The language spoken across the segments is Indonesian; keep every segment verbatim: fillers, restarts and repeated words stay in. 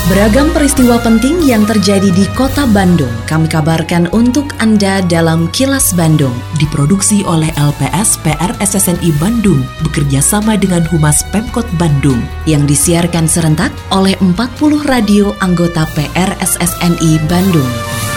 Beragam peristiwa penting yang terjadi di Kota Bandung kami kabarkan untuk Anda dalam Kilas Bandung. Diproduksi oleh L P S P R S S N I Bandung bekerja sama dengan Humas Pemkot Bandung yang disiarkan serentak oleh empat puluh radio anggota P R S S N I Bandung.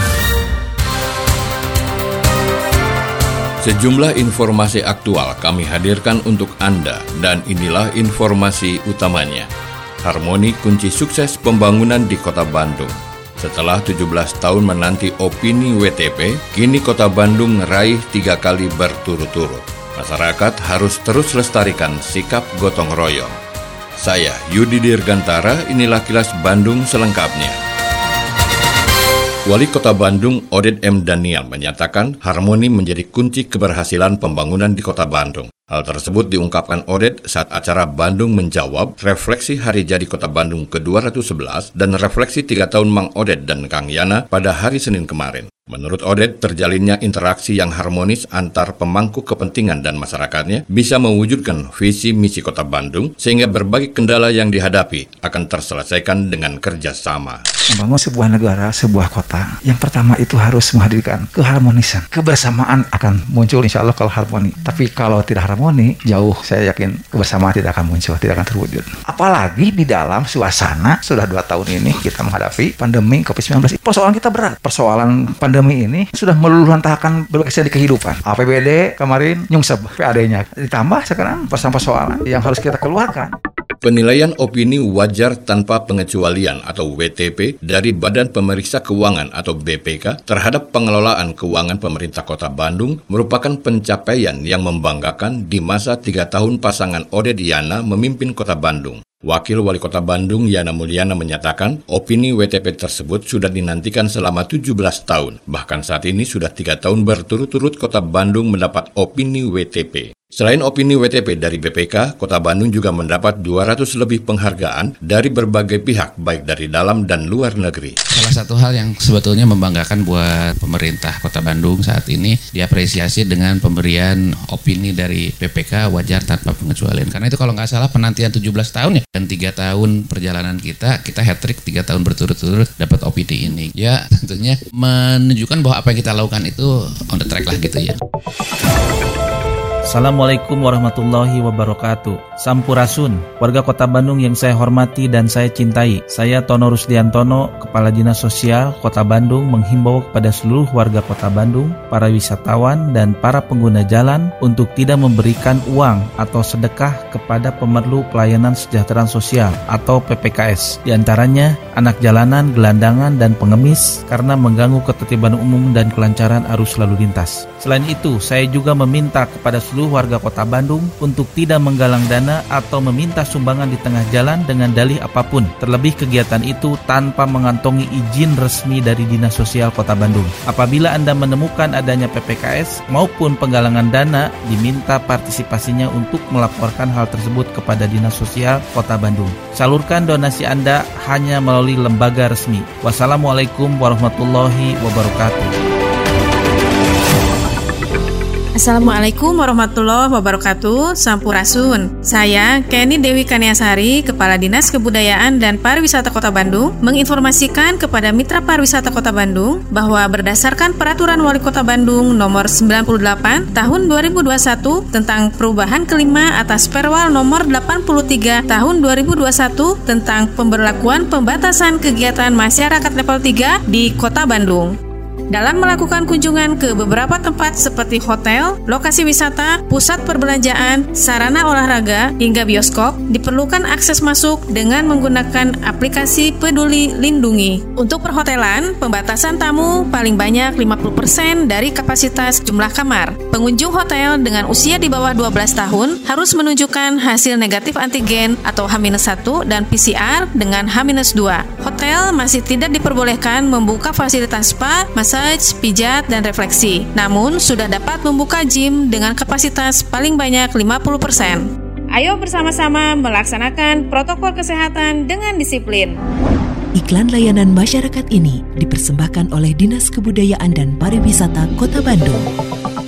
Sejumlah informasi aktual kami hadirkan untuk Anda dan inilah informasi utamanya. Harmoni kunci sukses pembangunan di Kota Bandung. Setelah tujuh belas tahun menanti opini W T P, kini Kota Bandung meraih tiga kali berturut-turut. Masyarakat harus terus lestarikan sikap gotong royong. Saya Yudi Dirgantara, inilah Kilas Bandung selengkapnya. Wali Kota Bandung Oded M. Daniel menyatakan harmoni menjadi kunci keberhasilan pembangunan di Kota Bandung. Hal tersebut diungkapkan Oded saat acara Bandung Menjawab Refleksi Hari Jadi Kota Bandung ke dua ratus sebelas dan Refleksi tiga tahun Mang Oded dan Kang Yana pada hari Senin kemarin. Menurut Oded, terjalinnya interaksi yang harmonis antar pemangku kepentingan dan masyarakatnya bisa mewujudkan visi misi Kota Bandung sehingga berbagai kendala yang dihadapi akan terselesaikan dengan kerjasama. Membangun sebuah negara, sebuah kota, yang pertama itu harus menghadirkan keharmonisan. Kebersamaan akan muncul insya Allah kalau harmoni. Tapi kalau tidak harmoni, jauh saya yakin kebersamaan tidak akan muncul, tidak akan terwujud. Apalagi di dalam suasana sudah dua tahun ini kita menghadapi pandemi covid sembilan belas. Persoalan kita berat. Persoalan pandemi ini sudah meluluhlantahkan berbagai sekali kehidupan. A P B D kemarin nyungsep P A D-nya. Ditambah sekarang persoalan-persoalan yang harus kita keluarkan. Penilaian opini wajar tanpa pengecualian atau W T P dari Badan Pemeriksa Keuangan atau B P K terhadap pengelolaan keuangan pemerintah Kota Bandung merupakan pencapaian yang membanggakan di masa tiga tahun pasangan Oded Yana memimpin Kota Bandung. Wakil Wali Kota Bandung Yana Mulyana menyatakan opini W T P tersebut sudah dinantikan selama tujuh belas tahun. Bahkan saat ini sudah tiga tahun berturut-turut Kota Bandung mendapat opini W T P. Selain opini W T P dari B P K, Kota Bandung juga mendapat dua ratus lebih penghargaan dari berbagai pihak, baik dari dalam dan luar negeri. Salah satu hal yang sebetulnya membanggakan buat pemerintah Kota Bandung saat ini diapresiasi dengan pemberian opini dari B P K wajar tanpa pengecualian. Karena itu kalau nggak salah penantian tujuh belas tahun ya, dan tiga tahun perjalanan kita, kita hat-trick tiga tahun berturut-turut dapat opini ini. Ya tentunya menunjukkan bahwa apa yang kita lakukan itu on the track lah gitu ya. Assalamualaikum warahmatullahi wabarakatuh. Sampurasun, warga Kota Bandung yang saya hormati dan saya cintai. Saya Tono Rusdiantono, Kepala Dinas Sosial Kota Bandung, menghimbau kepada seluruh warga Kota Bandung, para wisatawan dan para pengguna jalan untuk tidak memberikan uang atau sedekah kepada pemerlu pelayanan kesejahteraan sosial atau P P K S. Di antaranya anak jalanan, gelandangan, dan pengemis karena mengganggu ketertiban umum dan kelancaran arus lalu lintas. Selain itu, saya juga meminta kepada seluruh warga Kota Bandung untuk tidak menggalang dana atau meminta sumbangan di tengah jalan dengan dalih apapun, terlebih kegiatan itu tanpa mengantongi izin resmi dari Dinas Sosial Kota Bandung. Apabila Anda menemukan adanya P P K S maupun penggalangan dana, diminta partisipasinya untuk melaporkan hal tersebut kepada Dinas Sosial Kota Bandung. Salurkan donasi Anda hanya melalui lembaga resmi. Wassalamualaikum warahmatullahi wabarakatuh. Assalamualaikum warahmatullahi wabarakatuh. Sampurasun. Saya Kenny Dewi Kaniasari, Kepala Dinas Kebudayaan dan Pariwisata Kota Bandung, menginformasikan kepada Mitra Pariwisata Kota Bandung bahwa berdasarkan Peraturan Wali Kota Bandung Nomor sembilan puluh delapan Tahun dua ribu dua puluh satu tentang perubahan kelima atas Perwal Nomor delapan puluh tiga Tahun dua ribu dua puluh satu tentang pemberlakuan pembatasan kegiatan masyarakat level tiga di Kota Bandung. Dalam melakukan kunjungan ke beberapa tempat seperti hotel, lokasi wisata, pusat perbelanjaan, sarana olahraga, hingga bioskop, diperlukan akses masuk dengan menggunakan aplikasi Peduli Lindungi. Untuk perhotelan, pembatasan tamu paling banyak lima puluh persen dari kapasitas jumlah kamar. Pengunjung hotel dengan usia di bawah dua belas tahun harus menunjukkan hasil negatif antigen atau H minus satu dan P C R dengan H minus dua. Hotel masih tidak diperbolehkan membuka fasilitas spa, massage, pijat, dan refleksi. Namun, sudah dapat membuka gym dengan kapasitas paling banyak lima puluh persen. Ayo bersama-sama melaksanakan protokol kesehatan dengan disiplin. Iklan layanan masyarakat ini dipersembahkan oleh Dinas Kebudayaan dan Pariwisata Kota Bandung.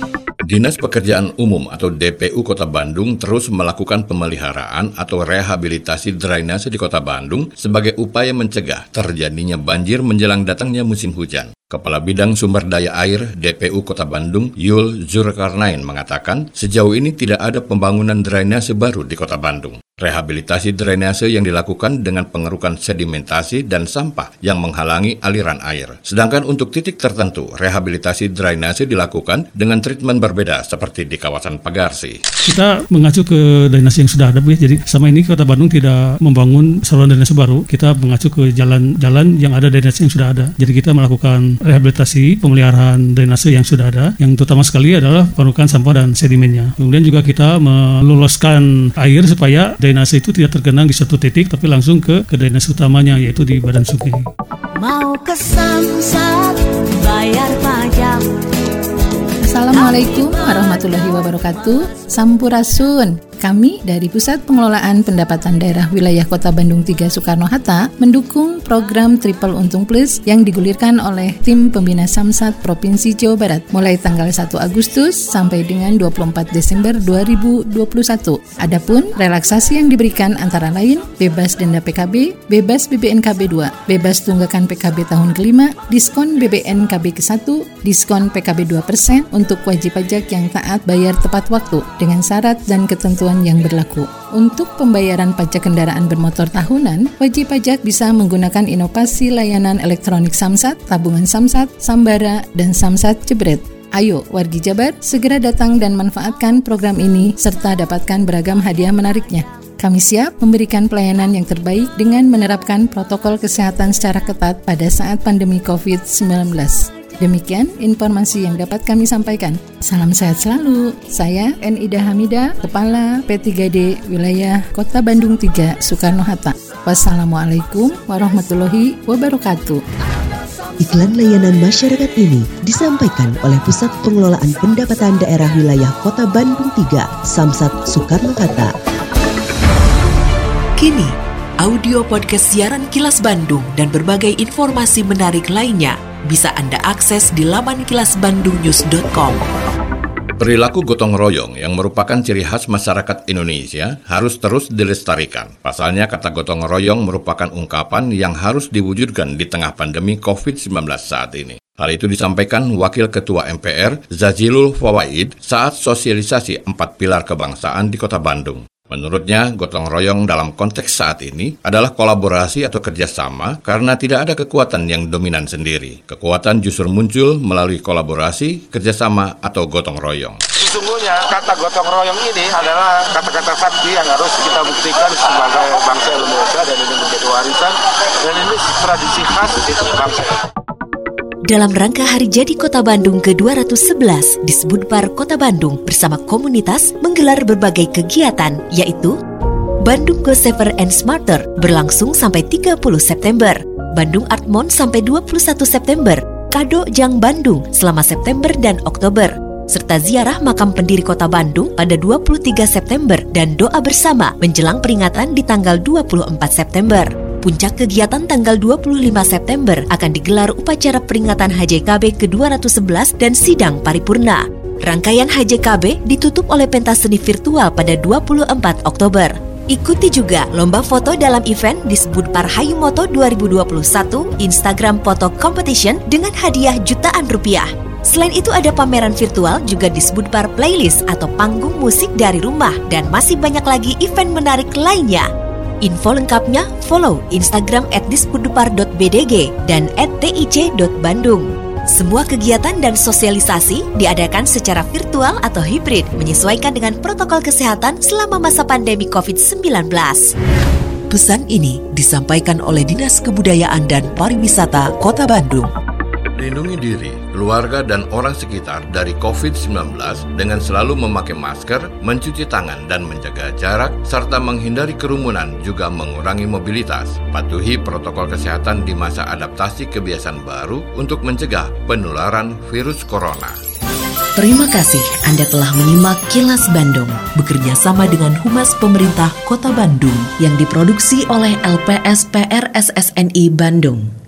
Dinas Pekerjaan Umum atau D P U Kota Bandung terus melakukan pemeliharaan atau rehabilitasi drainase di Kota Bandung sebagai upaya mencegah terjadinya banjir menjelang datangnya musim hujan. Kepala Bidang Sumber Daya Air D P U Kota Bandung, Yul Zulkarnain mengatakan sejauh ini tidak ada pembangunan drainase baru di Kota Bandung. Rehabilitasi drainase yang dilakukan dengan pengerukan sedimentasi dan sampah yang menghalangi aliran air. Sedangkan untuk titik tertentu, rehabilitasi drainase dilakukan dengan treatment berbeda seperti di kawasan Pagarsi. Kita mengacu ke drainase yang sudah ada, Bu. Jadi sama ini Kota Bandung tidak membangun saluran drainase baru, kita mengacu ke jalan-jalan yang ada drainase yang sudah ada. Jadi kita melakukan rehabilitasi, pemeliharaan drainase yang sudah ada, yang terutama sekali adalah pengerukan sampah dan sedimennya. Kemudian juga kita meloloskan air supaya drainase itu tidak tergenang di satu titik, tapi langsung ke, ke drainase utamanya, yaitu di badan sungai. Mau ke Samsat, bayar pajak. Assalamualaikum warahmatullahi wabarakatuh. Sampurasun. Kami dari Pusat Pengelolaan Pendapatan Daerah Wilayah Kota Bandung tiga Soekarno-Hatta mendukung program Triple Untung Plus yang digulirkan oleh tim pembina Samsat Provinsi Jawa Barat mulai tanggal satu Agustus sampai dengan dua puluh empat Desember dua ribu dua puluh satu. Adapun relaksasi yang diberikan antara lain bebas denda P K B, bebas B B N K B dua, bebas tunggakan P K B tahun kelima, diskon B B N K B ke satu, diskon P K B dua persen untuk wajib pajak yang taat bayar tepat waktu dengan syarat dan ketentuan yang berlaku. Untuk pembayaran pajak kendaraan bermotor tahunan, wajib pajak bisa menggunakan inovasi layanan elektronik Samsat, tabungan Samsat, Sambara, dan Samsat Jebret. Ayo, wargi Jabar, segera datang dan manfaatkan program ini serta dapatkan beragam hadiah menariknya. Kami siap memberikan pelayanan yang terbaik dengan menerapkan protokol kesehatan secara ketat pada saat pandemi covid sembilan belas. Demikian informasi yang dapat kami sampaikan. Salam sehat selalu. Saya N Ida Hamida, Kepala P tiga D Wilayah Kota Bandung tiga Soekarno-Hatta. Wassalamualaikum warahmatullahi wabarakatuh. Iklan layanan masyarakat ini disampaikan oleh Pusat Pengelolaan Pendapatan Daerah Wilayah Kota Bandung tiga, Samsat Soekarno-Hatta. Kini, audio podcast siaran Kilas Bandung dan berbagai informasi menarik lainnya bisa Anda akses di laman kilas bandung news dot com. Perilaku gotong royong yang merupakan ciri khas masyarakat Indonesia harus terus dilestarikan. Pasalnya kata gotong royong merupakan ungkapan yang harus diwujudkan di tengah pandemi covid sembilan belas saat ini. Hal itu disampaikan Wakil Ketua M P R Zazilul Fawaid saat sosialisasi empat pilar kebangsaan di Kota Bandung. Menurutnya, gotong royong dalam konteks saat ini adalah kolaborasi atau kerjasama karena tidak ada kekuatan yang dominan sendiri. Kekuatan justru muncul melalui kolaborasi, kerjasama, atau gotong royong. Sesungguhnya kata gotong royong ini adalah kata-kata sakti yang harus kita buktikan sebagai bangsa Indonesia dan ini menjadi warisan dan ini tradisi khas bangsa. Dalam rangka Hari Jadi Kota Bandung ke dua ratus sebelas, Disbudpar Kota Bandung bersama komunitas menggelar berbagai kegiatan, yaitu Bandung Go Safer and Smarter berlangsung sampai tiga puluh September, Bandung Art Month sampai dua puluh satu September, Kado Jang Bandung selama September dan Oktober, serta ziarah makam pendiri Kota Bandung pada dua puluh tiga September dan doa bersama menjelang peringatan di tanggal dua puluh empat September. Puncak kegiatan tanggal dua puluh lima September akan digelar upacara peringatan H J K B ke dua ratus sebelas dan sidang paripurna. Rangkaian H J K B ditutup oleh pentas seni virtual pada dua puluh empat Oktober. Ikuti juga lomba foto dalam event Disbudpar Hayumoto dua ribu dua puluh satu Instagram Photo Competition dengan hadiah jutaan rupiah. Selain itu ada pameran virtual juga Disbudpar Playlist atau panggung musik dari rumah dan masih banyak lagi event menarik lainnya. Info lengkapnya follow Instagram at disbudpar dot b d g dan at tic dot bandung. Semua kegiatan dan sosialisasi diadakan secara virtual atau hibrid menyesuaikan dengan protokol kesehatan selama masa pandemi covid sembilan belas. Pesan ini disampaikan oleh Dinas Kebudayaan dan Pariwisata Kota Bandung. Lindungi diri, keluarga, dan orang sekitar dari covid sembilan belas dengan selalu memakai masker, mencuci tangan, dan menjaga jarak, serta menghindari kerumunan juga mengurangi mobilitas. Patuhi protokol kesehatan di masa adaptasi kebiasaan baru untuk mencegah penularan virus corona. Terima kasih Anda telah menyimak Kilas Bandung bekerja sama dengan Humas Pemerintah Kota Bandung yang diproduksi oleh L P S P R S S N I Bandung.